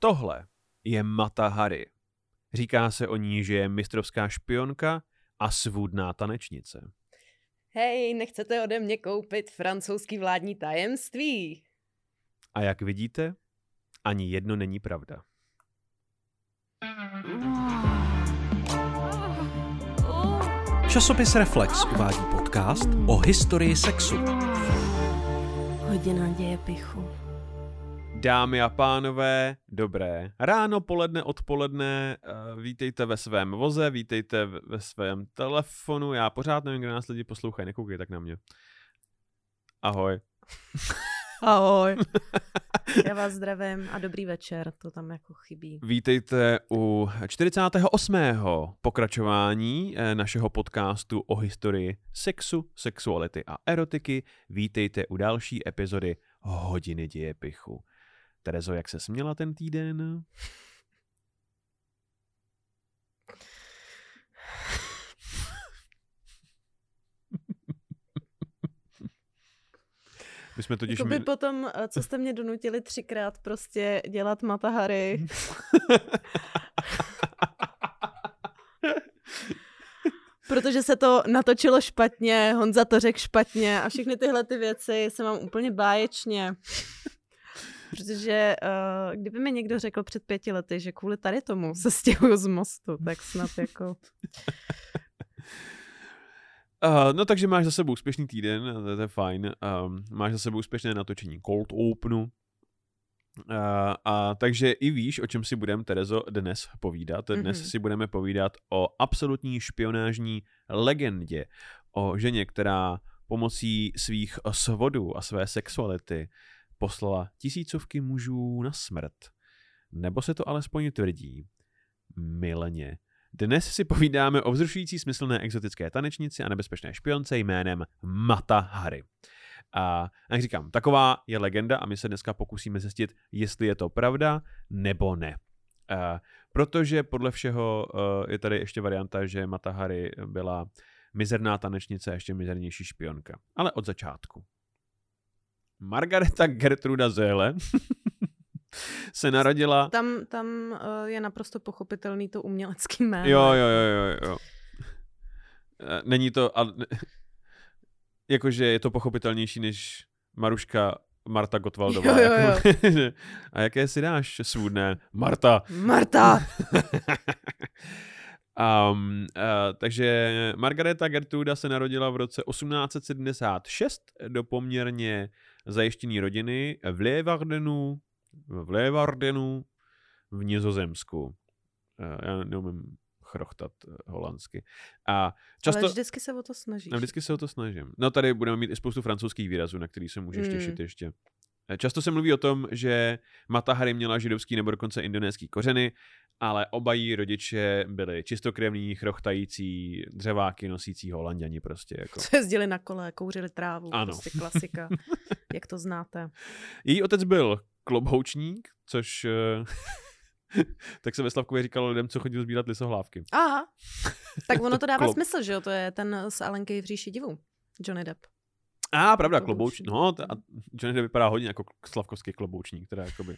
Tohle je Mata Hari. Říká se o ní, že je mistrovská špionka a svůdná tanečnice. Hej, nechcete ode mě koupit francouzský vládní tajemství? A jak vidíte, ani jedno není pravda. Časopis Reflex uvádí podcast o historii sexu. Hodina dějepichu. Dámy a pánové, dobré ráno, poledne, odpoledne, vítejte ve svém voze, vítejte ve svém telefonu, já pořád nevím, kde nás lidi poslouchají, nekoukej tak na mě. Ahoj. Ahoj. Já vás zdravím a dobrý večer, to tam jako chybí. Vítejte u 48. pokračování našeho podcastu o historii sexu, sexuality a erotiky. Vítejte u další epizody Hodiny dějepichu. Terezo, jak se směla ten týden? My jsme totiž... Potom, co jste mě donutili 3krát prostě dělat Mata Hari. Protože se to natočilo špatně, Honza to řekl špatně a všechny tyhle ty věci se mám úplně báječně. Protože kdyby mi někdo řekl před 5 lety, že kvůli tady tomu se stěhuju z mostu, tak snad jako... No takže máš za sebou úspěšný týden, to je fajn. Máš za sebou úspěšné natočení Cold Openu. A takže i víš, o čem si budeme, Terezo, dnes povídat. Dnes si budeme povídat o absolutní špionážní legendě. O ženě, která pomocí svých svodů a své sexuality poslala tisícovky mužů na smrt. Nebo se to alespoň tvrdí. Mylně. Dnes si povídáme o vzrušující smyslné exotické tanečnici a nebezpečné špionce jménem Mata Hari. A jak říkám, taková je legenda a my se dneska pokusíme zjistit, jestli je to pravda nebo ne. Protože podle všeho je tady ještě varianta, že Mata Hari byla mizerná tanečnice a ještě mizernější špionka. Ale od začátku. Margareta Gertruda Seele se narodila... Tam je naprosto pochopitelný to umělecký jméno. Jo. Není to... Jakože je to pochopitelnější než Maruška Marta Gottwaldová. Jo. A jaké si dáš svůdné? Marta! Takže Margareta Gertruda se narodila v roce 1876 do poměrně zajištěné rodiny v Leeuwardenu v Nizozemsku. Já neumím chrochtat holandsky. Ale vždycky se o to snažíš. Vždycky se o to snažím. No tady budeme mít i spoustu francouzských výrazů, na který se můžeš těšit ještě. Často se mluví o tom, že Mata Hari měla židovský nebo dokonce indonéský kořeny, ale oba jí rodiče byli čistokrevní, chrochtající, dřeváky nosící Holanďani prostě. Jako. Co jezdili na kole, kouřili trávu, ano. Prostě klasika, jak to znáte. Její otec byl kloboučník, což... tak se ve Slavkově říkalo lidem, co chodil sbírat lisohlávky. Aha, tak ono to dává smysl, že jo? To je ten z Alenky v říši divů, Johnny Depp. Pravda, kloboučník. No, Johnny Depp vypadá hodně jako slavkovský kloboučník, teda jakoby.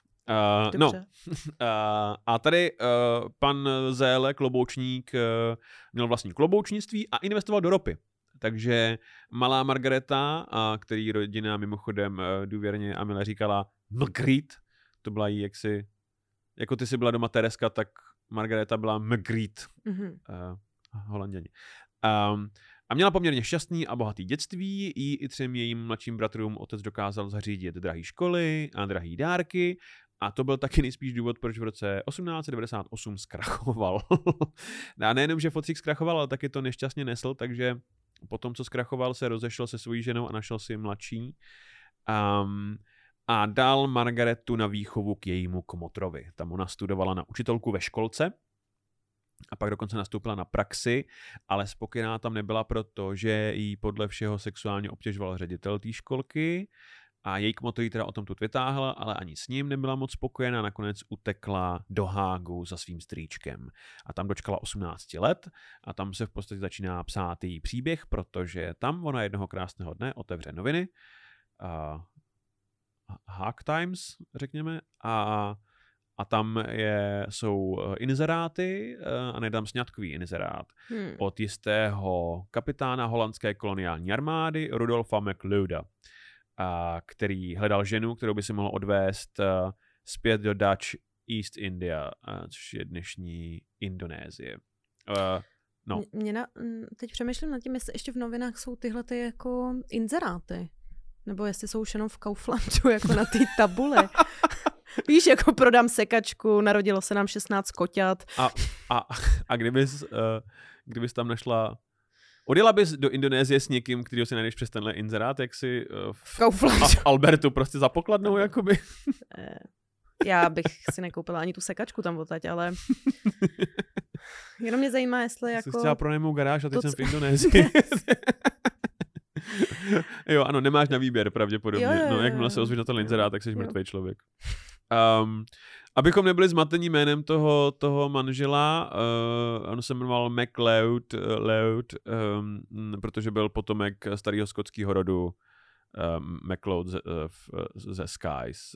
A tady pan Seele, kloboučník, měl vlastní kloboučnictví a investoval do ropy. Takže malá Margareta, který rodina mimochodem důvěrně a milé říkala Mgrit, to byla jí jaksi, jako ty jsi byla doma Tereska, tak Margareta byla Mgrit, Holanděni. A měla poměrně šťastný a bohatý dětství, jí i 3 jejím mladším bratrům otec dokázal zařídit drahé školy a drahé dárky a to byl taky nejspíš důvod, proč v roce 1898 zkrachoval. A nejenom, že fotřík zkrachoval, ale taky to nešťastně nesl, takže potom, co zkrachoval, se rozešel se svojí ženou a našel si mladší. A dal Margaretu na výchovu k jejímu kmotrovi. Tam ona studovala na učitelku ve školce a pak dokonce nastoupila na praxi, ale spokojená tam nebyla, protože jí podle všeho sexuálně obtěžoval ředitel té školky a její kmotr jí teda o tom tu vytáhla, ale ani s ním nebyla moc spokojená, nakonec utekla do Hágu za svým strýčkem. A tam dočkala 18 let a tam se v podstatě začíná psát její příběh, protože tam ona jednoho krásného dne otevře noviny, Hague Times, řekněme, a a tam jsou inzeráty a nedám sňatkový inzerát od jistého kapitána holandské koloniální armády Rudolfa McLeoda, který hledal ženu, kterou by si mohl odvést zpět do Dutch East India, což je dnešní Indonésie. No. Teď přemýšlím nad tím, jestli ještě v novinách jsou tyhle ty jako inzeráty. Nebo jestli jsou už jenom v Kauflandu, jako na té tabuli. Víš, jako prodám sekačku, narodilo se nám 16 koťat. A kdybys tam našla... Odjela bys do Indonésie s někým, kterýho si najdeš přes tenhle inzerát, jak si v Albertu prostě za pokladnou, jakoby? Já bych si nekoupila ani tu sekačku tam odtať, ale jenom mě zajímá, jestli jako... Jsi chtěla pronajmout garáž a teď jsem v Indonésii. Jo, ano, nemáš na výběr pravděpodobně. No, jakmile se ozvíš na ten inzerát, tak jsi mrtvý člověk. Abychom nebyli zmatení jménem toho manžela, on se jmenoval MacLeod, protože byl potomek starého skotského rodu MacLeod ze Skies.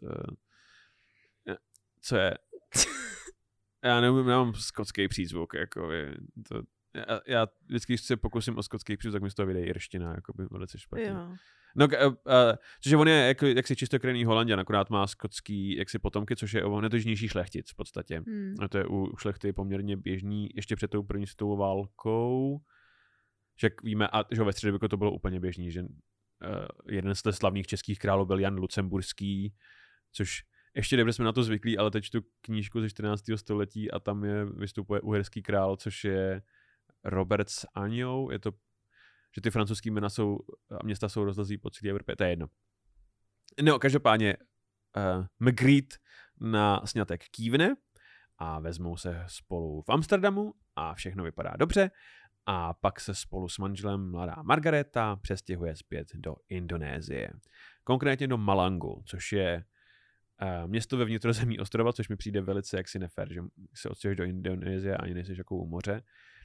Co je? Já nemám skotský přízvuk, jako já vždycky, když se pokusím o skotský přízvuk, tak mi z toho vyjde irština, jako by velice špatně. Jo. No, cože on je jaksi čistokrevný Holanďan, akorát má skotský jaksi potomky, což je on je to jižnější šlechtic v podstatě. A to je u šlechty poměrně běžný, ještě před tou první světovou válkou, že jak víme, a že ve středověku to bylo úplně běžný, že jeden z těch slavných českých králů byl Jan Lucemburský, což ještě dobře jsme na to zvyklí, ale teď tu knížku ze 14. století a tam vystupuje uherský král, což je Robert z Agnou, je to, že ty francouzský jména města jsou rozlezlí po celé Evropě, to je jedno. No, každopádně Magritte na sňatek kývne a vezmou se spolu v Amsterdamu a všechno vypadá dobře a pak se spolu s manželem mladá Margareta přestěhuje zpět do Indonésie. Konkrétně do Malangu, což je město ve vnitrozemí ostrova, což mi přijde velice jaksi nefér, že se odstěhuješ do Indonésie a ani nejsi jako u moře.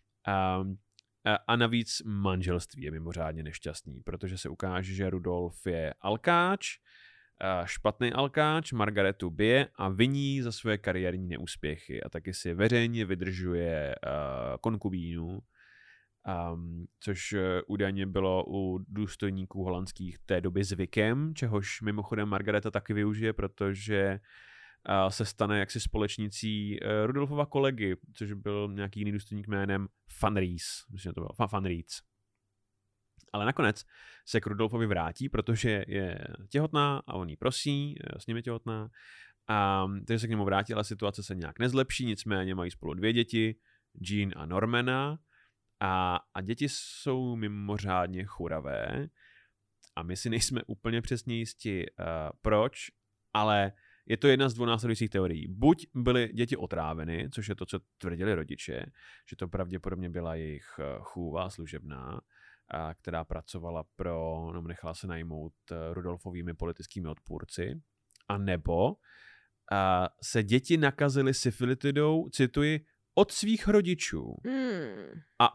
A navíc manželství je mimořádně nešťastný, protože se ukáže, že Rudolf je alkáč, špatný alkáč, Margaretu bije a viní za své kariérní neúspěchy a taky si veřejně vydržuje konkubínu, což údajně bylo u důstojníků holandských té doby zvykem, čehož mimochodem Margareta taky využije, protože se stane jaksi společnicí Rudolfova kolegy, což byl nějaký jiný důstojník jménem Van Ries. Myslím, že to bylo Van Ries. Ale nakonec se k Rudolfovi vrátí, protože je těhotná a on jí prosí, s ním je těhotná. Takže se k němu vrátí, ale situace se nějak nezlepší, nicméně mají spolu 2 děti, Jean a Normana. A děti jsou mimořádně churavé a my si nejsme úplně přesně jistí, proč, ale je to jedna z 2 následujících teorií. Buď byly děti otráveny, což je to, co tvrdili rodiče, že to pravděpodobně byla jejich chůva služebná, která pracovala nebo nechala se najmout Rudolfovými politickými odpůrci, a nebo se děti nakazily syfilitidou, cituji, od svých rodičů. A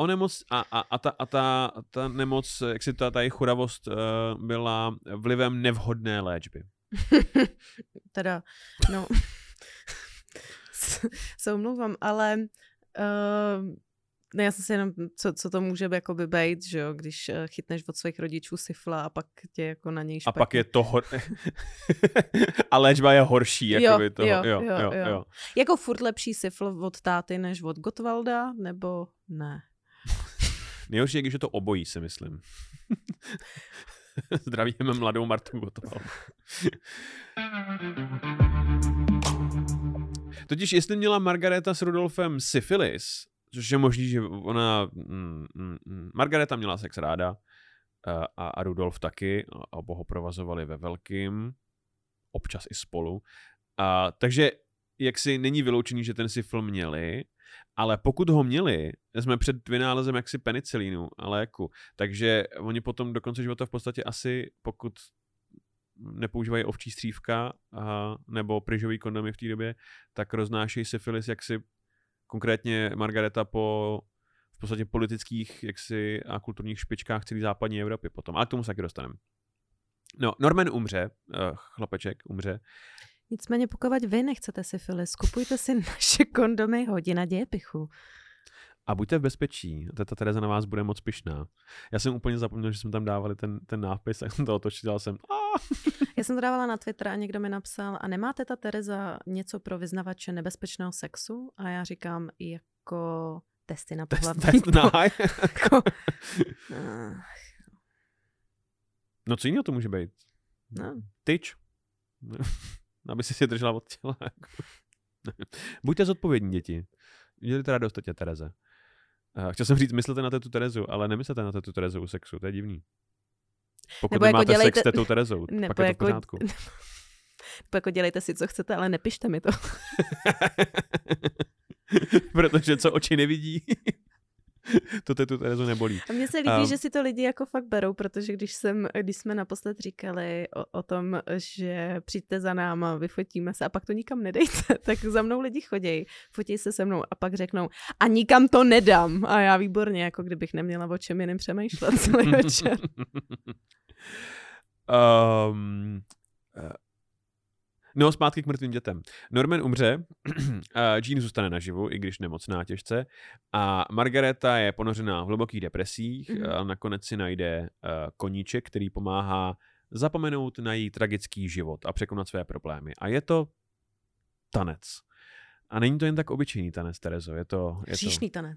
ta nemoc, jak si ta jejich chudavost byla vlivem nevhodné léčby. Teda, no, se omlouvám, ale já jsem si jenom, co to může jakoby být, že jo, když chytneš od svých rodičů syfla a pak tě jako na něj špatně. A pak je to a léčba je horší, jakoby toho. Jo. Jako furt lepší syfl od táty než od Gottwalda, nebo ne? Nejhorší je, když je to obojí, si myslím. Zdravíme mladou Martu Gottwald. Totiž jestli měla Margareta s Rudolfem syfilis, což je možný, že ona... Margareta měla sex ráda a Rudolf taky, a oba ho provazovali ve velkým, občas i spolu. Takže jaksi není vyloučený, že ten syfil měli, ale pokud ho měli, jsme před vynálezem jaksi penicilínu a léku, takže oni potom do konce života v podstatě asi, pokud nepoužívají ovčí střívka nebo pryžový kondomy v té době, tak roznášejí syfilis jaksi konkrétně Margareta po v podstatě politických jaksi a kulturních špičkách celé západní Evropy potom. Ale k tomu se taky dostaneme. No, Norman umře, chlapeček umře. Nicméně pokud vy nechcete syfilis, kupujte si naše kondomy Hodina dějepichu. A buďte v bezpečí, teta Tereza na vás bude moc pyšná. Já jsem úplně zapomněl, že jsme tam dávali ten nápis, tak jsem to otočil, dal jsem Já jsem to dávala na Twitter a někdo mi napsal, a nemá teta Tereza něco pro vyznavače nebezpečného sexu? A já říkám, jako testy na pohlavní. Test na jako... No co jiného to může být? No. Tyč. Aby si držela od těla. Buďte zodpovědní, děti. Dělejte radost tetě Tereze. Chtěl jsem říct, myslete na tetu Terezu, ale nemyslete na tetu Terezu u sexu, to je divný. Pokud nebo nemáte jako sex s tetou Terezou, pak je to v pořádku. Nebo jako dělejte si, co chcete, ale nepište mi to. Protože co oči nevidí, to tetu Terezu nebolí. A mně se líbí, že si to lidi jako fakt berou, protože když jsme naposled říkali o tom, že přijďte za náma, vyfotíme se a pak to nikam nedejte, tak za mnou lidi chodějí, fotí se se mnou a pak řeknou a nikam to nedám. A já výborně, jako kdybych neměla o čem jiným přemýšlet celý večer. No, zpátky k mrtvým dětem. Norman umře, Jean zůstane naživu, i když nemocná těžce, a Margareta je ponořená v hlubokých depresích a nakonec si najde koníček, který pomáhá zapomenout na její tragický život a překonat své problémy. A je to tanec. A není to jen tak obyčejný tanec, Terezo. Hříšný tanec.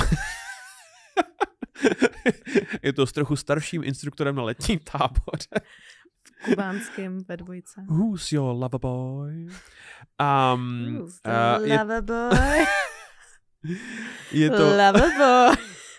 Je to s trochu starším instruktorem na letním táboře. Kubánským ve dvojce. Who's your lover boy? Who's the lover boy? Je to... Lover boy.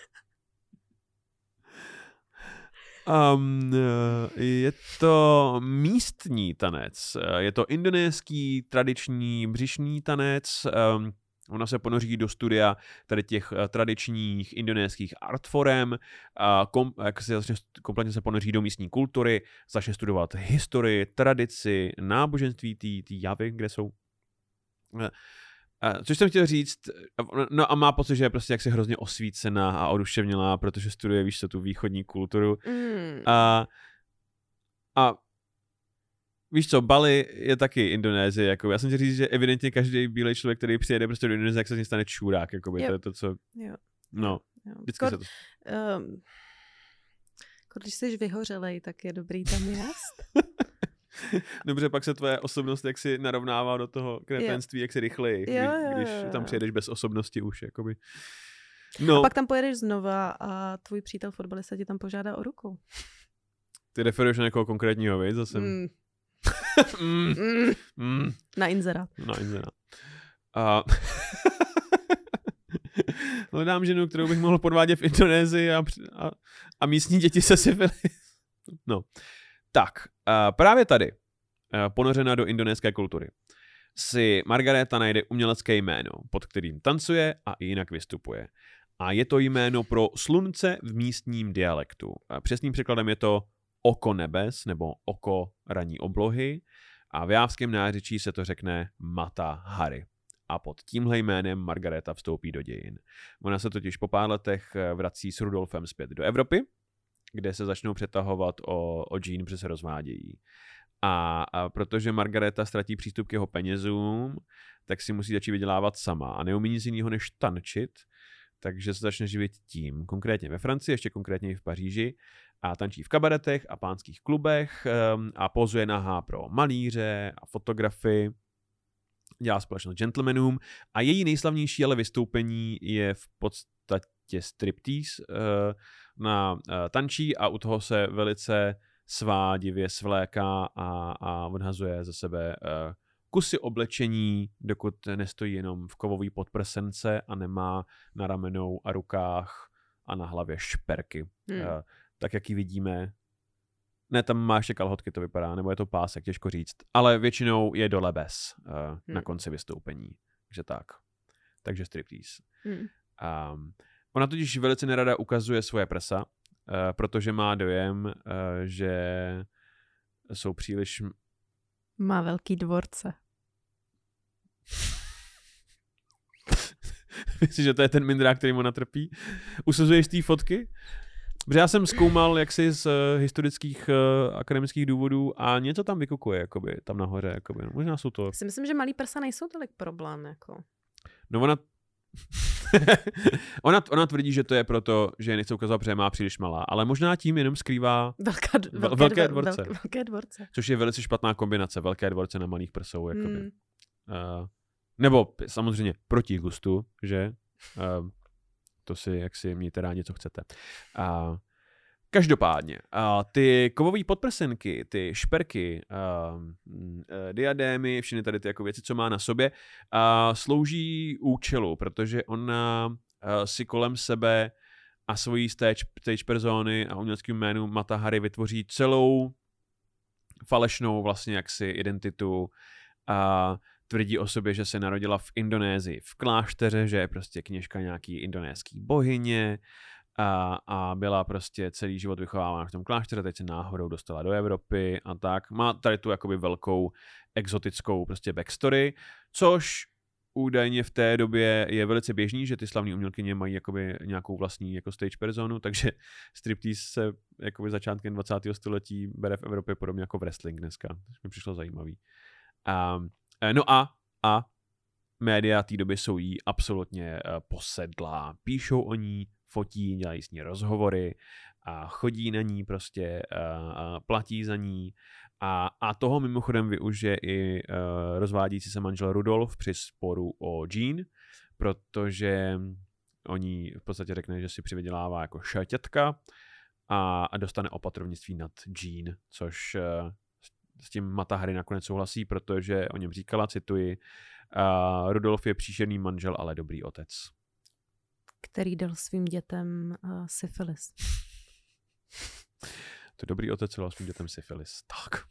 Je to místní tanec. Je to indonéský tradiční břišní tanec. Ona se ponoří do studia tady těch tradičních indonéských artforem, kompletně se ponoří do místní kultury, začne studovat historii, tradici, náboženství té javy, kde jsou. Což jsem chtěl říct, no a má pocit, že je prostě jaksi hrozně osvícená a oduševnělá, protože studuje, víš co, tu východní kulturu. A víš co, Bali je taky Indonésie, jako já jsem chtěl říct, že evidentně každý bílej člověk, který přijede prostě do Indonésie, jak se z něj stane čurák, jakoby, to je to, co... Jo. No, vždycky se to... Když jsi vyhořelej, tak je dobrý tam jíst. Dobře, pak se tvoje osobnost jaksi narovnává do toho kretenství, jak se rychleji, když tam přijedeš bez osobnosti už, jakoby. No. A pak tam pojedeš znova a tvůj přítel fotbalista ti tam požádá o ruku. Ty referuješ na někoho konkrétního, víc? Zase... Na inzerát. Hledám ženu, kterou bych mohl podvádět v Indonésii a místní děti se syfilis. No. Tak, právě tady, ponořena do indonéské kultury, si Margareta najde umělecké jméno, pod kterým tancuje a i jinak vystupuje. A je to jméno pro slunce v místním dialektu. Přesným překladem je to oko nebes nebo oko ranní oblohy a v jávském nářečí se to řekne Mata Hari. A pod tímhle jménem Margareta vstoupí do dějin. Ona se totiž po pár letech vrací s Rudolfem zpět do Evropy, kde se začnou přetahovat o Jean, protože se rozvádějí. A protože Margareta ztratí přístup k jeho penězům, tak si musí začít vydělávat sama a neumí nic jiného než tančit, takže se začne živit tím. Konkrétně ve Francii, ještě konkrétně i v Paříži, a tančí v kabaretech a pánských klubech a pozuje nahá pro malíře a fotografy. Dělá společnost gentlemanům a její nejslavnější ale vystoupení je v podstatě striptease. Na tančí a u toho se velice svádivě svléká a odhazuje ze sebe kusy oblečení, dokud nestojí jenom v kovový podprsence a nemá na ramenou a rukách a na hlavě šperky. Tak, jak ji vidíme. Ne, tam má ještě kalhotky, to vypadá, nebo je to pásek, těžko říct. Ale většinou je dole bez na konci vystoupení. Takže tak. Takže striptease. Ona totiž velice nerada ukazuje svoje prsa, protože má dojem, že jsou příliš... Má velký dvorce. Myslíš, že to je ten mindrák, který mu natrpí? Usuzuješ té fotky? Protože já jsem zkoumal jaksi z historických akademických důvodů a něco tam vykukuje, jakoby, tam nahoře. Jakoby. No, možná jsou to... Já si myslím, že malý prsa nejsou tolik problém. Jako. No ona tvrdí, že to je proto, že je nechce ukazovat, protože má příliš malá, ale možná tím jenom skrývá velké dvorce. Velké dvorce. Což je velice špatná kombinace, velké dvorce na malých prsou. Jakoby. Nebo samozřejmě proti gustu, že... To si, jak si mějte rádi, co chcete. Každopádně, ty kovové podprsenky, ty šperky, diadémy, všechny tady ty jako věci, co má na sobě, slouží účelu, protože ona si kolem sebe a svojí stage persony a uměleckým jménu Mata Hari vytvoří celou falešnou vlastně jaksi identitu a tvrdí o sobě, že se narodila v Indonésii v klášteře, že je prostě kněžka nějaký indonéský bohyně a byla prostě celý život vychovávána v tom klášteře, teď se náhodou dostala do Evropy a tak. Má tady tu jakoby velkou exotickou prostě backstory, což údajně v té době je velice běžný, že ty slavné umělkyně mají jakoby nějakou vlastní jako stage personu, takže striptease se jakoby začátkem 20. století bere v Evropě podobně jako wrestling dneska, což mi přišlo zajímavý. No a média té doby jsou jí absolutně posedlá. Píšou o ní, fotí, dělají s ní rozhovory a chodí na ní prostě, platí za ní. A toho mimochodem využije i rozvádějící se manžel Rudolf při sporu o Jean, protože oni v podstatě řekne, že si přivydělává jako šatětka a dostane opatrovnictví nad Jean, což s tím Mata Hari nakonec souhlasí, protože o něm říkala, cituji, Rudolf je příšerný manžel, ale dobrý otec. Který dal svým dětem syfilis. To dobrý otec dal svým dětem syfilis. Tak.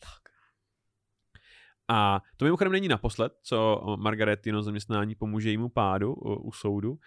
A to mimochodem není naposled, co Margaretino zaměstnání pomůže jejímu pádu u soudu.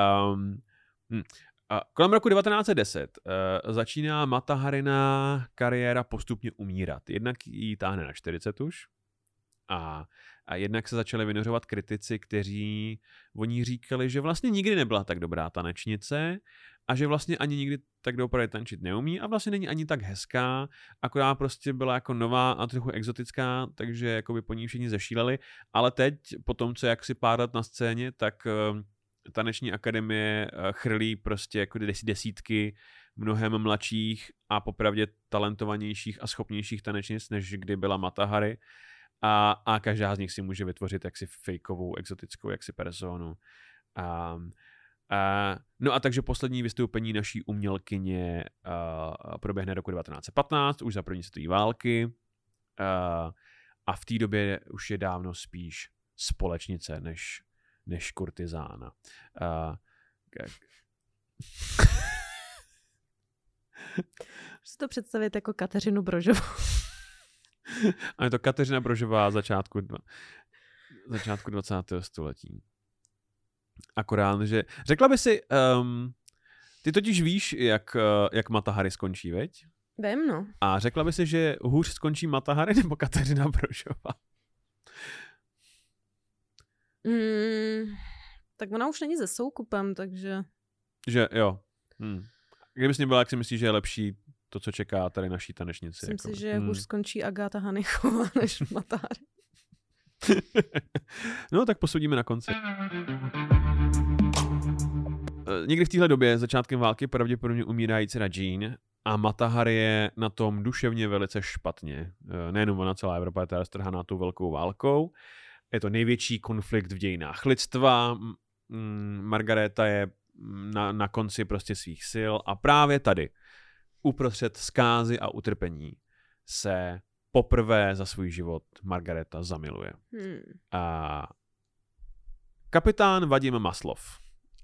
Kolem roku 1910 začíná Mata Harina kariéra postupně umírat. Jednak jí táhne na 40 už a jednak se začaly vynořovat kritici, kteří o ní říkali, že vlastně nikdy nebyla tak dobrá tanečnice a že vlastně ani nikdy tak dobře tančit neumí a vlastně není ani tak hezká, akorát prostě byla jako nová a trochu exotická, takže jakoby po ní všichni zešíleli, ale teď po tom, co jak si pár let na scéně, tak taneční akademie chrlí prostě jako desítky mnohem mladších a popravdě talentovanějších a schopnějších tanečnic, než kdy byla Mata Hari. A každá z nich si může vytvořit jaksi fejkovou, exotickou jaksi personu. No a takže poslední vystoupení naší umělkyně proběhne roku 1915, už za první světové války. A v té době už je dávno spíš společnice, než kurtizána. Můžu si to představit jako Kateřinu Brožovou. A je to Kateřina Brožová začátku 20. století. Akorát, že... Řekla by si, ty totiž víš, jak Mata Hari skončí, veď? Vím, no. A řekla by si, že hůř skončí Mata Hari nebo Kateřina Brožová? Tak ona už není se Soukupem, takže... Že jo. Kdybys nebyla, jak si myslíš, že je lepší to, co čeká tady naší tanečnici? Myslím si, že hůř skončí Agáta Hanichová než Mata Hari. No, tak posoudíme na konci. Někdy v téhle době, začátkem války, pravděpodobně umírá dcera Jean a Mata Hari je na tom duševně velice špatně. Nejenom ona, celá Evropa je teda strhaná tou velkou válkou. Je to největší konflikt v dějinách lidstva. Margareta je na konci prostě svých sil a právě tady, uprostřed zkázy a utrpení, se poprvé za svůj život Margareta zamiluje. Kapitán Vadim Maslov,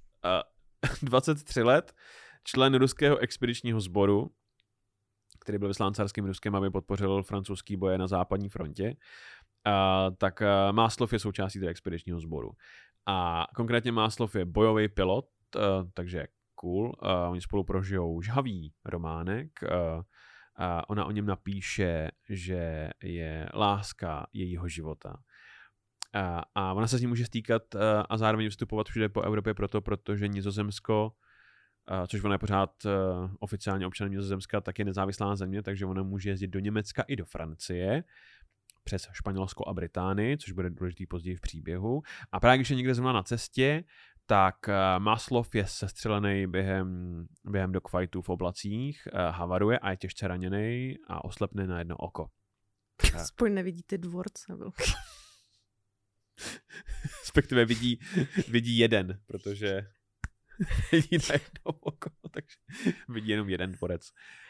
23 let, člen ruského expedičního sboru, který byl vyslán carským Ruskem, aby podpořil francouzský boje na západní frontě, tak Maslov je součástí toho expedičního sboru. A konkrétně Maslov je bojový pilot, takže cool. Oni spolu prožijou žhavý románek. Ona o něm napíše, že je láska jejího života. A ona se s ním může stýkat a zároveň vstupovat všude po Evropě protože Nizozemsko což ona je pořád oficiálně občanem Nizozemska, tak je nezávislá země, takže ona může jezdit do Německa i do Francie přes Španělsko a Británii, což bude důležitý později v příběhu. A právě když je někde zrovna na cestě, tak Maslov je sestřelený během dogfightu v oblacích, havaruje a je těžce raněný a oslepne na jedno oko. Aspoň nevidí ty dvorce. Respektive vidí jeden, protože vidí na jedno oko, takže vidí jenom jeden dvorec.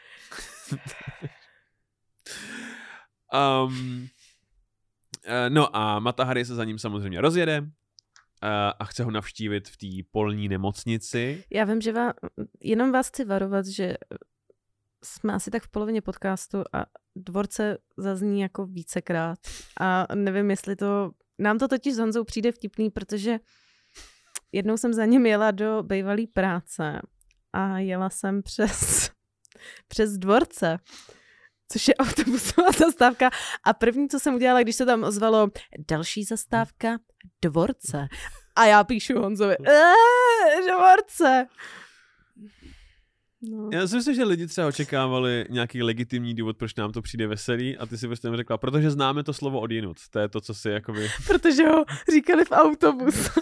No a Mata Hari se za ním samozřejmě rozjede a chce ho navštívit v té polní nemocnici. Já vím, že jenom vás chci varovat, že jsme asi tak v polovině podcastu a dvorce zazní jako vícekrát. A nevím, jestli to... Nám to totiž s Honzou přijde vtipný, protože jednou jsem za ním jela do bývalý práce a jela jsem přes dvorce, což je autobusová zastávka. A první, co jsem udělala, když se tam ozvalo další zastávka, dvorce. A já píšu Honzovi, dvorce. No. Já si myslím, že lidi třeba očekávali nějaký legitimní důvod, proč nám to přijde veselý a ty si prostě mi řekla, protože známe to slovo odjinud. To je to, co si jakoby... Protože ho říkali v autobuse.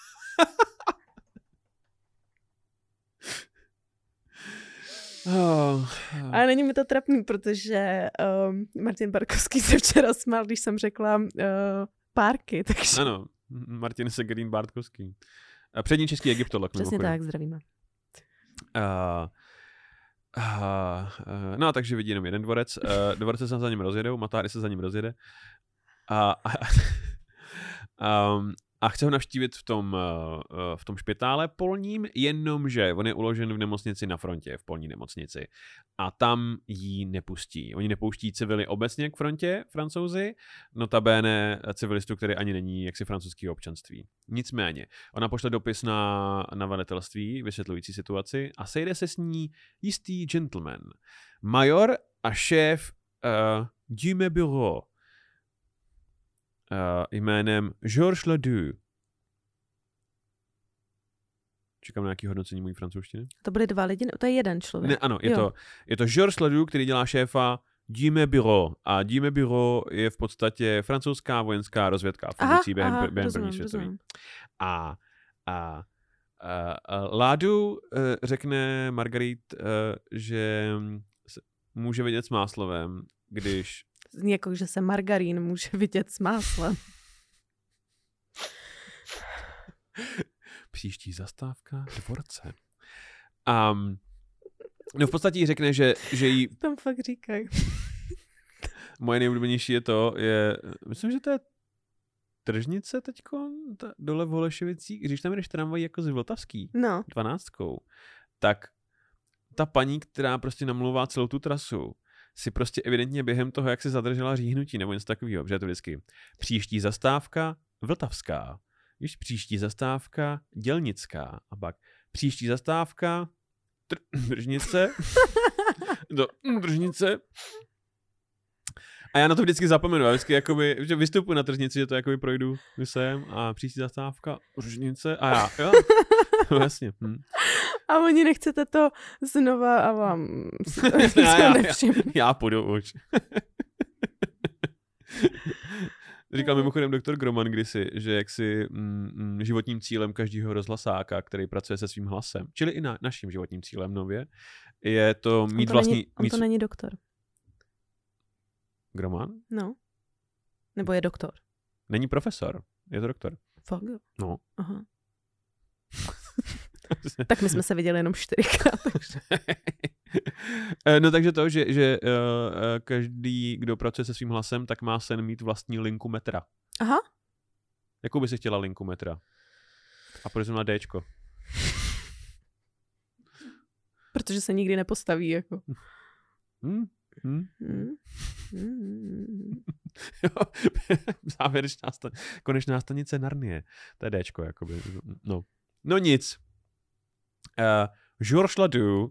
Ale není mi to trapný, protože Martin Barkovský se včera smál, když jsem řekla párky. Takže... Ano, Martin Segerín Bartkovský. Přední český egyptolog. Přesně tak, zdravíme. No, takže vidí jenom jeden dvorec. Dvorce se za ním rozjedou, Mata Hari se za ním rozjede. A chce ho navštívit v tom špitále polním, jenomže on je uložen v nemocnici na frontě, v polní nemocnici. A tam jí nepustí. Oni nepouští civily obecně k frontě, Francouzi, notabene civilistu, který ani není jaksi francouzského občanství. Nicméně, ona pošle dopis na velitelství, vysvětlující situaci a sejde se s ní jistý gentleman. Major a šéf du mé bureau. Jménem Georges Ledoux. Čekám na nějaké hodnocení mojí francouzštiny. To byly 2 lidi? To je jeden člověk. Ne, ano, je to Georges Ledoux, který dělá šéfa du mé bureau. A du mé bureau je v podstatě francouzská vojenská rozvědka fungující během první světové. A Ledoux řekne Marguerite, že může vidět s Maslovem, když zní jako, že se margarín může vidět s máslem. Příští zastávka dvorce. No v podstatě jí řekne, že jí... Tam fakt říkají. Moje nejoblíbenější myslím, že to je tržnice teďko, dole v Holešovicích, když tam jdeš tramvají jako z Vltavský, 12, tak ta paní, která prostě namluvá celou tu trasu, si prostě evidentně během toho, jak se zadržela říhnutí nebo něco takového, protože je to vždycky příští zastávka Vltavská, víš, příští zastávka Dělnická a pak příští zastávka Držnice do Držnice. A já na to vždycky zapomenu, já vždycky jakoby, že vystupuji na tržnici, že to jakoby projdu sem a příští zastávka Držnice a já, jo, no, jasně. A oni nechcete to znova a vám já půjdu už. Říkal mimochodem doktor Groman kdysi, že jaksi životním cílem každého rozhlasáka, který pracuje se svým hlasem, čili i naším životním cílem nově, je to mít vlastní... On to není doktor. Groman? No. Nebo je doktor? Není profesor, je to doktor. Fakt jo? No. Aha. Tak my jsme se viděli jenom 4krát. Takže... No takže to, že každý, kdo pracuje se svým hlasem, tak má sen mít vlastní linku metra. Aha. Jakou by si chtěla linku metra? A proč na Dčko? Protože se nikdy nepostaví, jako. Závěrečná konečná stanice Narnie. To je Dčko, jakoby. No nic. Georges Ledoux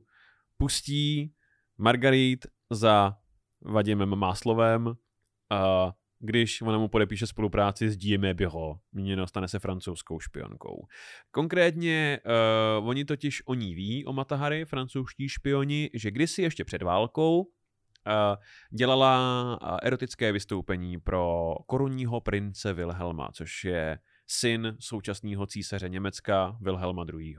pustí Marguerite za Vadimem Maslovem když ona mu podepíše spolupráci s Guillaume Bigot, míněno stane se francouzskou špionkou. Konkrétně oni totiž o ní ví, o Mata-Hari, francouzští špioni, že kdysi ještě před válkou dělala erotické vystoupení pro korunního prince Wilhelma, což je syn současného císaře Německa Wilhelma II.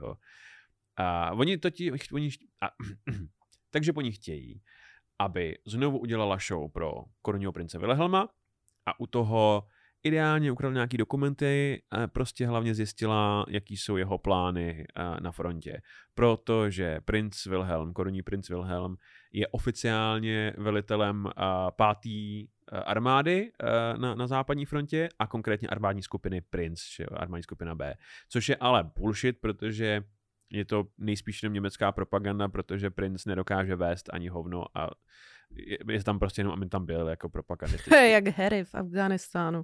Takže po ní chtějí, aby znovu udělala show pro korunního prince Wilhelma a u toho ideálně ukradl nějaký dokumenty, prostě hlavně zjistila, jaký jsou jeho plány na frontě. Protože korunní princ Wilhelm je oficiálně velitelem 5. armády na západní frontě a konkrétně armádní skupiny Prince, armádní skupina B. Což je ale bullshit, protože je to nejspíš jenom německá propaganda, protože princ nedokáže vést ani hovno a je tam prostě jenom, aby tam byl jako propagandistický. Jak Harry v Afghánistánu.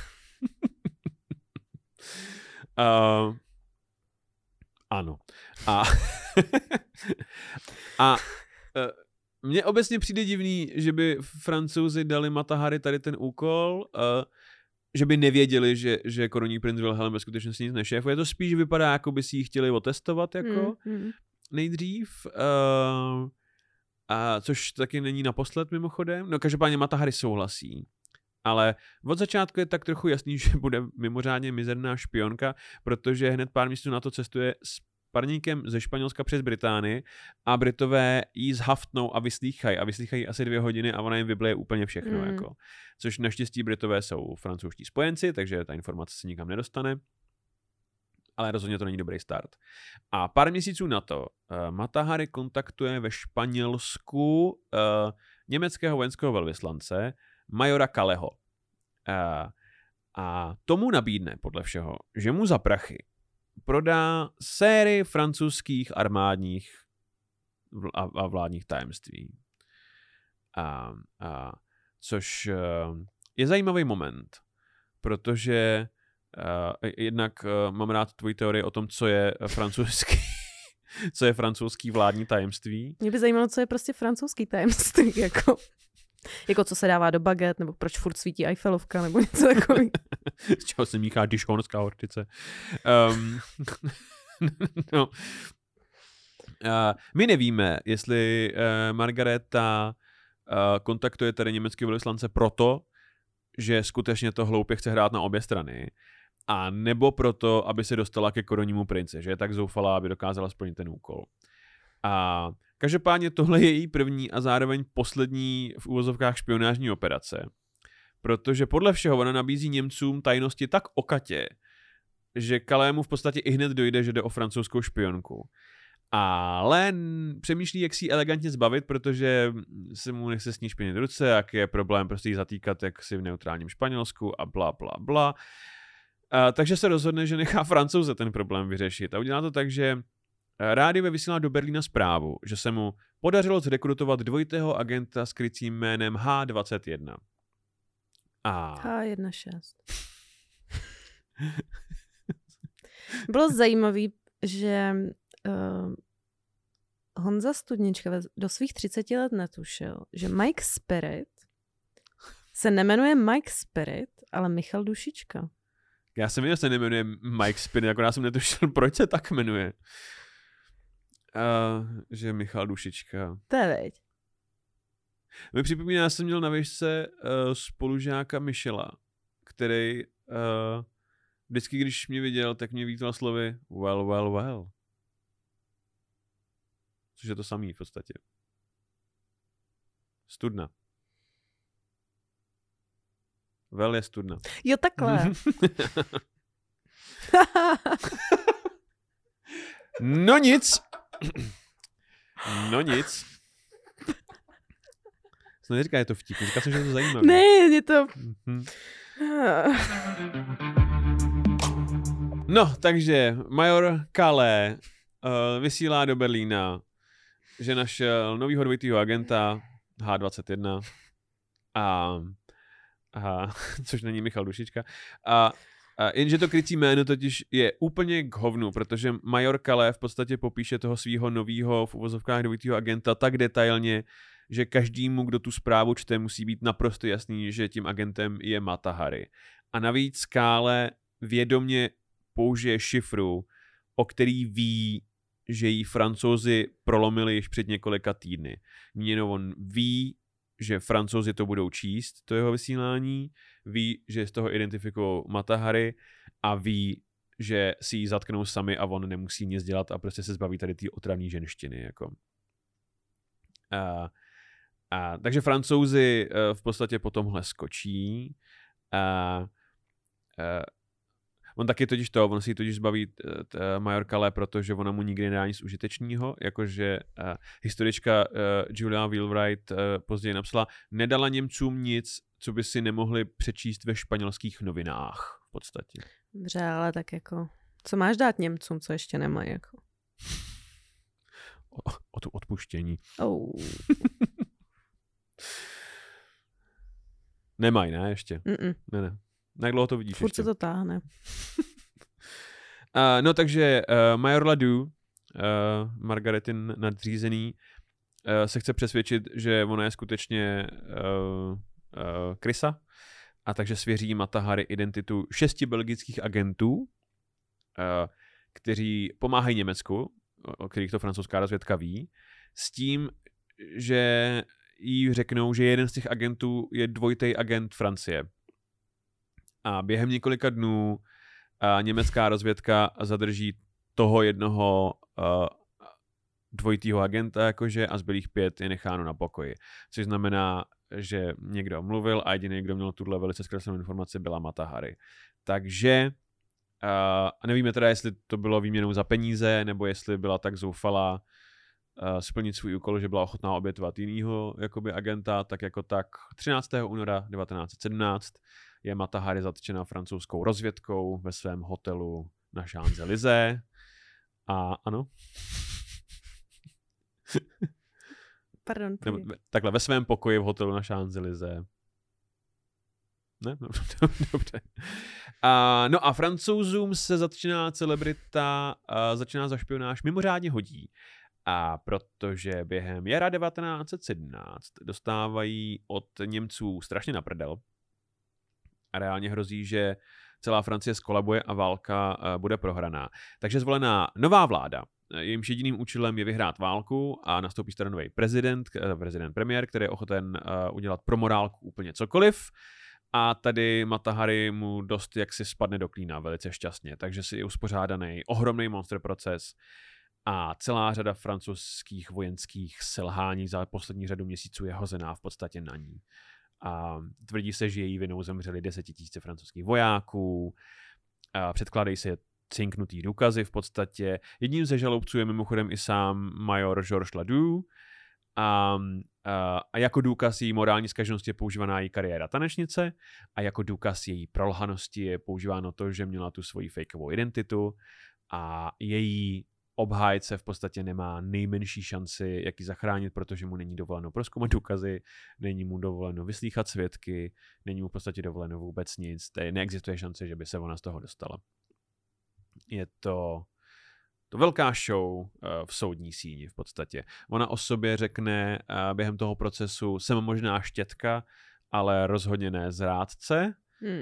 Ano. Mně obecně přijde divný, že by Francouzi dali Mata-Hari tady ten úkol, že by nevěděli, že korunní princ Wilhelm ve skutečnosti nic nešéfuje. To spíš vypadá, jako by si ji chtěli otestovat jako nejdřív. Což taky není naposled mimochodem. No každopádně Mata-Hari souhlasí. Ale od začátku je tak trochu jasný, že bude mimořádně mizerná špionka, protože hned pár měsíců na to cestuje s parníkem ze Španělska přes Británii a Britové jí zhaftnou a vyslýchají asi 2 hodiny a ona jim vybleje úplně všechno. Jako. Což naštěstí Britové jsou francouzští spojenci, takže ta informace se nikam nedostane. Ale rozhodně to není dobrý start. A pár měsíců na to Mata-Hari kontaktuje ve Španělsku německého vojenského velvyslance majora Calleho. A tomu nabídne podle všeho, že mu za prachy prodá sérii francouzských armádních a vládních tajemství. Což je zajímavý moment, protože jednak mám rád tvoji teorii o tom, co je francouzský vládní tajemství. Mě by zajímalo, co je prostě francouzský tajemství, jako co se dává do baget, nebo proč furt svítí Eiffelovka, nebo něco takového. Z čeho se míchá dižonská horčice. No. My nevíme, jestli Margareta kontaktuje tady německý velvyslance proto, že skutečně to hloupě chce hrát na obě strany, a nebo proto, aby se dostala ke korunnímu princi, že je tak zoufalá, aby dokázala splnit ten úkol. A každopádně tohle je její první a zároveň poslední v úvozovkách špionážní operace. Protože podle všeho ona nabízí Němcům tajnosti tak okatě, že Callému v podstatě i hned dojde, že jde o francouzskou špionku. Ale přemýšlí, jak si ji elegantně zbavit, protože se mu nechce s ní špinit ruce, jak je problém prostě jí zatýkat jak si v neutrálním Španělsku a bla bla bla. Takže se rozhodne, že nechá Francouze ten problém vyřešit. A udělá to tak, že rádio vysílá do Berlína zprávu, že se mu podařilo zrekrutovat dvojitého agenta s krycím jménem H21. H16. Bylo zajímavé, že Honza Studnička do svých 30 let netušil, že Mike Spirit se nemenuje Mike Spirit, ale Michal Dušička. Já jsem věděl, že se nemenuje Mike Spirit, akorát jsem netušil, proč se tak jmenuje. Že Michal Dušička. To je veď. Mi připomíná, já jsem měl na výšce spolužáka Michela, který vždycky, když mě viděl, tak mě vítal slovy well, well, well. Což je to samý v podstatě. Studna. Well je studna. Jo, takhle. No nic. No nic. Jsem neříká, je to vtip. Říká jsem, že je to zajímavé. Ne, je to... No, takže major Calais vysílá do Berlína, že našel novýho dvojitýho agenta H21 a což není Michal Dušička. Jenže to krycí jméno totiž je úplně k hovnu, protože major Calais v podstatě popíše toho svýho novýho v uvozovkách dvojitýho agenta tak detailně, že každému, kdo tu zprávu čte, musí být naprosto jasný, že tím agentem je Mata Hari. A navíc Skále vědomě použije šifru, o který ví, že jí Francouzi prolomili již před několika týdny. Měno on ví, že Francouzi to budou číst, to jeho vysílání, ví, že z toho identifikují Mata Hari a ví, že si ji zatknou sami a on nemusí nic dělat a prostě se zbaví tady té otravné ženštiny. Jako. Takže Francouzi v podstatě po tomhle skočí. On taky totiž on si totiž zbaví major Calais, protože ona mu nikdy nedá nic užitečného, jakože historička Julia Wheelwright později napsala, nedala Němcům nic, co by si nemohli přečíst ve španělských novinách v podstatě. Dobře, ale tak jako, co máš dát Němcům, co ještě nemají jako? O tu odpuštění. Nemají, ne, ještě? Ne. Jak dlouho to vidíš Furt ještě? se to táhne. No takže major Ledoux, Margaretin nadřízený, se chce přesvědčit, že ona je skutečně krysa, a takže svěří Mata Hari identitu 6 belgických agentů, kteří pomáhají Německu, o kterých to francouzská rozvědka ví, s tím, že jí řeknou, že jeden z těch agentů je dvojitý agent Francie. A během několika dnů německá rozvědka zadrží toho jednoho dvojitýho agenta jakože a zbylých 5 je necháno na pokoji. Což znamená, že někdo mluvil a jediný, kdo měl tuhle velice zkreslenou informaci, byla Mata Hari. Takže a nevíme teda, jestli to bylo výměnou za peníze, nebo jestli byla tak zoufalá splnit svůj úkol, že byla ochotná obětovat jinýho jakoby agenta, tak jako tak 13. února 1917 je Mata Hari zatčena francouzskou rozvědkou ve svém hotelu na Champs-Élysées. A ano. Pardon. Takhle ve svém pokoji v hotelu na Champs-Élysées. Ne? Dobře. No a Francouzům se zatčená celebrita začíná za špionáž mimořádně hodí. A protože během jara 1917 dostávají od Němců strašně na prdel a reálně hrozí, že celá Francie skolabuje a válka bude prohraná. Takže zvolená nová vláda, jejímž jediným účelem je vyhrát válku a nastoupí staronový premiér, který je ochoten udělat pro morálku úplně cokoliv. A tady Mata Hari mu dost jaksi spadne do klína velice šťastně, takže si je uspořádaný ohromný monster proces a celá řada francouzských vojenských selhání za poslední řadu měsíců je hozená v podstatě na ní. A tvrdí se, že její vinou zemřeli 10 000 francouzských vojáků, předkládají se cinknutý důkazy v podstatě. Jedním ze žalobců je mimochodem i sám major Georges Ledoux a jako důkaz její morální zkaženosti je používaná její kariéra tanečnice a jako důkaz její prolhanosti je používáno to, že měla tu svoji fakeovou identitu a její obhájce v podstatě nemá nejmenší šanci, jak ji zachránit, protože mu není dovoleno prozkoumat důkazy, není mu dovoleno vyslýchat svědky, není mu v podstatě dovoleno vůbec nic. Neexistuje šance, že by se ona z toho dostala. Je to velká show v soudní síni v podstatě. Ona o sobě řekne během toho procesu, jsem možná štětka, ale rozhodně ne zrádce.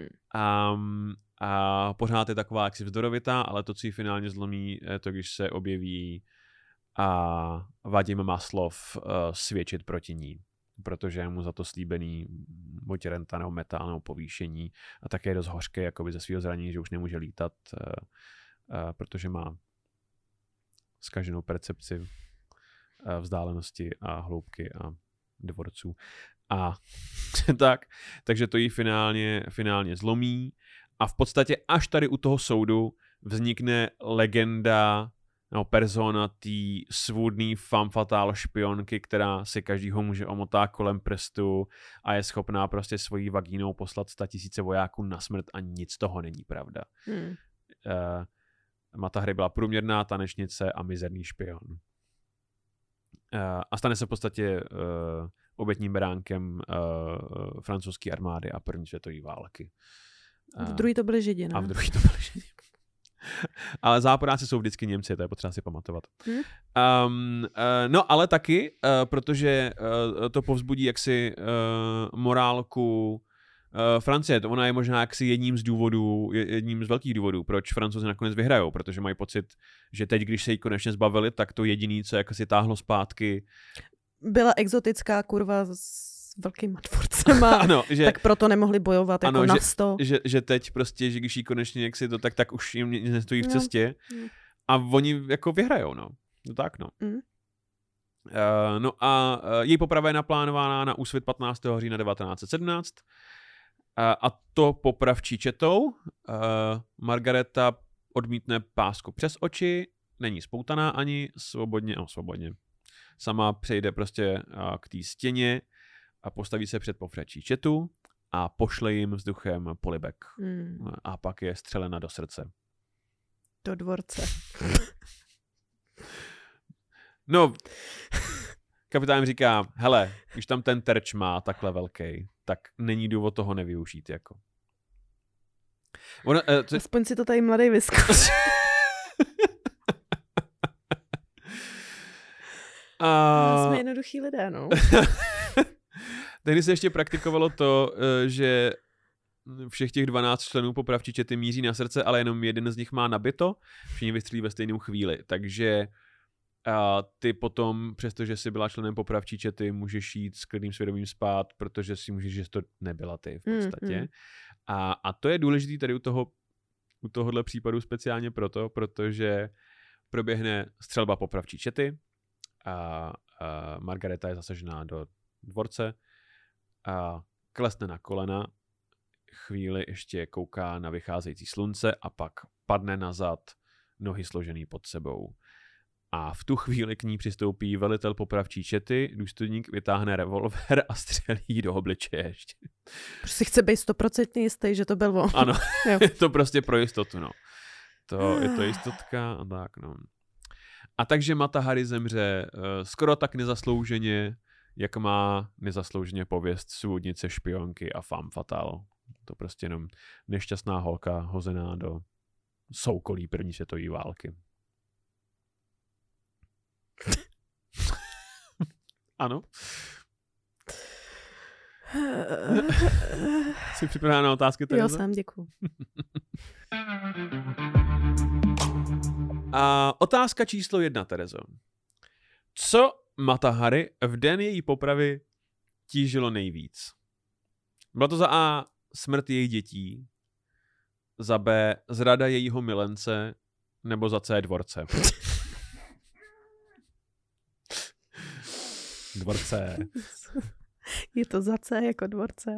A pořád je taková jaksi vzdorovitá, ale to, co ji finálně zlomí, je to, když se objeví a Vadim Maslov svědčit proti ní, protože je mu za to slíbený buď renta nebo meta nebo povýšení a také je dost hořký jakoby ze svého zranění, že už nemůže lítat, protože má zkaženou percepci vzdálenosti a hloubky a dvorců. A takže to jí finálně zlomí a v podstatě až tady u toho soudu vznikne legenda nebo persona té svůdný femme fatale špionky, která si každýho může omotá kolem prstu a je schopná prostě svojí vagínou poslat 100 000 vojáků na smrt a nic toho není pravda. Mata Hari byla průměrná tanečnice a mizerný špion. A stane se v podstatě obětním beránkem francouzské armády a první světové války. V druhé to byly Židi, ne? A v druhé to byly Židi. Ale záporáci jsou vždycky Němci, to je potřeba si pamatovat. No ale taky, protože to povzbudí jaksi morálku Francie, ona je možná jaksi jedním z velkých důvodů, proč Francouzi nakonec vyhrajou, protože mají pocit, že teď, když se jí konečně zbavili, tak to jediný, co jako si táhlo zpátky. Byla exotická kurva s velkýma dvorcema, ano, tak proto nemohli bojovat jako na 100. Že teď prostě, že když jí konečně jaksi to tak už jim nic nestojí v cestě a oni jako vyhrajou, no. No tak, no. No a její poprava je naplánována na Úsvit 15. října 1917 a to popravčí četou. Margareta odmítne pásku přes oči, není spoutaná ani, svobodně. Sama přejde prostě k té stěně a postaví se před povračí četu a pošle jim vzduchem polibek. A pak je střelena do srdce. Do dvorce. No, kapitán říká, hele, když tam ten terč má takhle velký, tak není důvod toho nevyužít, jako. Aspoň si to tady mladý vyzkouš. Jsme jednoduchý lidé, no. Tehdy se ještě praktikovalo to, že všech těch 12 členů popravčí čety míří na srdce, ale jenom jeden z nich má nabito, všichni vystřelí ve stejnou chvíli. Takže ty potom, přestože jsi byla členem popravčí čety, můžeš jít s klidným svědomím spát, protože si můžeš, že to nebyla ty v podstatě. A to je důležitý tady u tohohle případu speciálně proto, protože proběhne střelba popravčí čety a Margareta je zasažená do dvorce a klesne na kolena, chvíli ještě kouká na vycházející slunce a pak padne na zad, nohy složený pod sebou. A v tu chvíli k ní přistoupí velitel popravčí čety, důstojník vytáhne revolver a střelí do obličeje ještě. Prostě chce být 100% jistý, že to byl on. Ano, je to prostě pro jistotu, no. Je to jistotka a tak, no. A takže Mata Hari zemře skoro tak nezaslouženě, jak má nezaslouženě pověst svůdnice, špionky a femme fatale. To prostě jenom nešťastná holka hozená do soukolí první světové války. Ano. Jsi připravená na otázky, Terezo? Jo, sám, děkuju. A otázka číslo 1, Terezo. Co Mata Hari v den její popravy tížilo nejvíc? Byla to za A smrt jejich dětí, za B zrada jejího milence, nebo za C dvorce? Dvorce. Je to za C jako dvorce.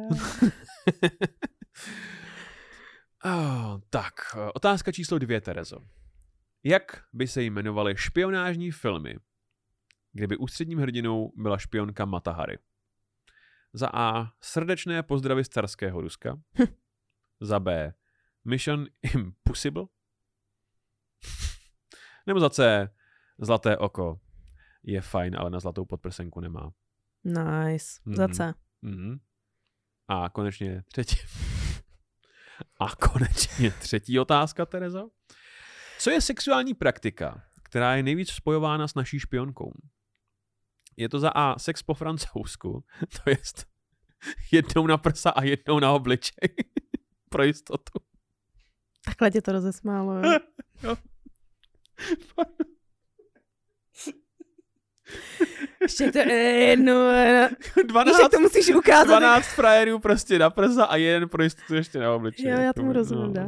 Tak, otázka číslo 2, Terezo. Jak by se jmenovaly špionážní filmy, kdyby ústředním hrdinou byla špionka Mata Hari? Za A srdečné pozdravy z carského Ruska. Za B Mission Impossible. Nebo za C Zlaté oko. Je fajn, ale na zlatou podprsenku nemá. Nice. Za C. A konečně třetí otázka, Terezo. Co je sexuální praktika, která je nejvíc spojována s naší špionkou? Je to za A sex po francouzsku, to jest jednou na prsa a jednou na obličej. Pro jistotu. Takhle tě to rozesmálo, jo? Jo. Ještě to jednu. 12, to musíš ukázat. 12 frajerů prostě na prsa a jeden pro jistotu ještě na obličeji. Jo, já tomu rozumím, dá.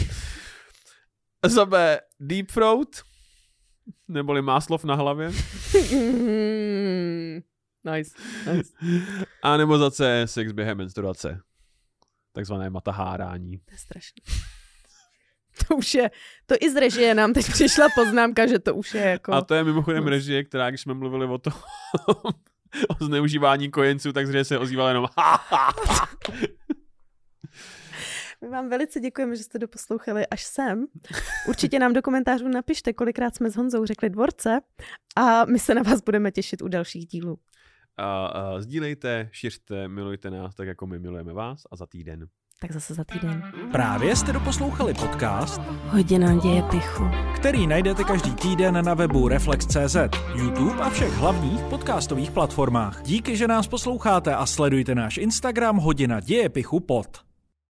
Za B deep throat, neboli máslov na hlavě. Nice. A nebo za C sex během menstruace. Takzvané matahárání. To je strašný. To už je, to i z režie nám teď přišla poznámka, že to už je jako... A to je mimochodem režie, která, když jsme mluvili o o zneužívání kojenců, tak zřejmě se ozývala jenom My vám velice děkujeme, že jste doposlouchali až sem. Určitě nám do komentářů napište, kolikrát jsme s Honzou řekli dvorce a my se na vás budeme těšit u dalších dílů. Sdílejte, šiřte, milujte nás tak, jako my milujeme vás a za týden Tak zase za týden. Právě jste doposlouchali podcast Hodina děje pichu, který najdete každý týden na webu Reflex.cz, YouTube a všech hlavních podcastových platformách. Díky, že nás posloucháte a sledujte náš Instagram Hodina děje pichu pod.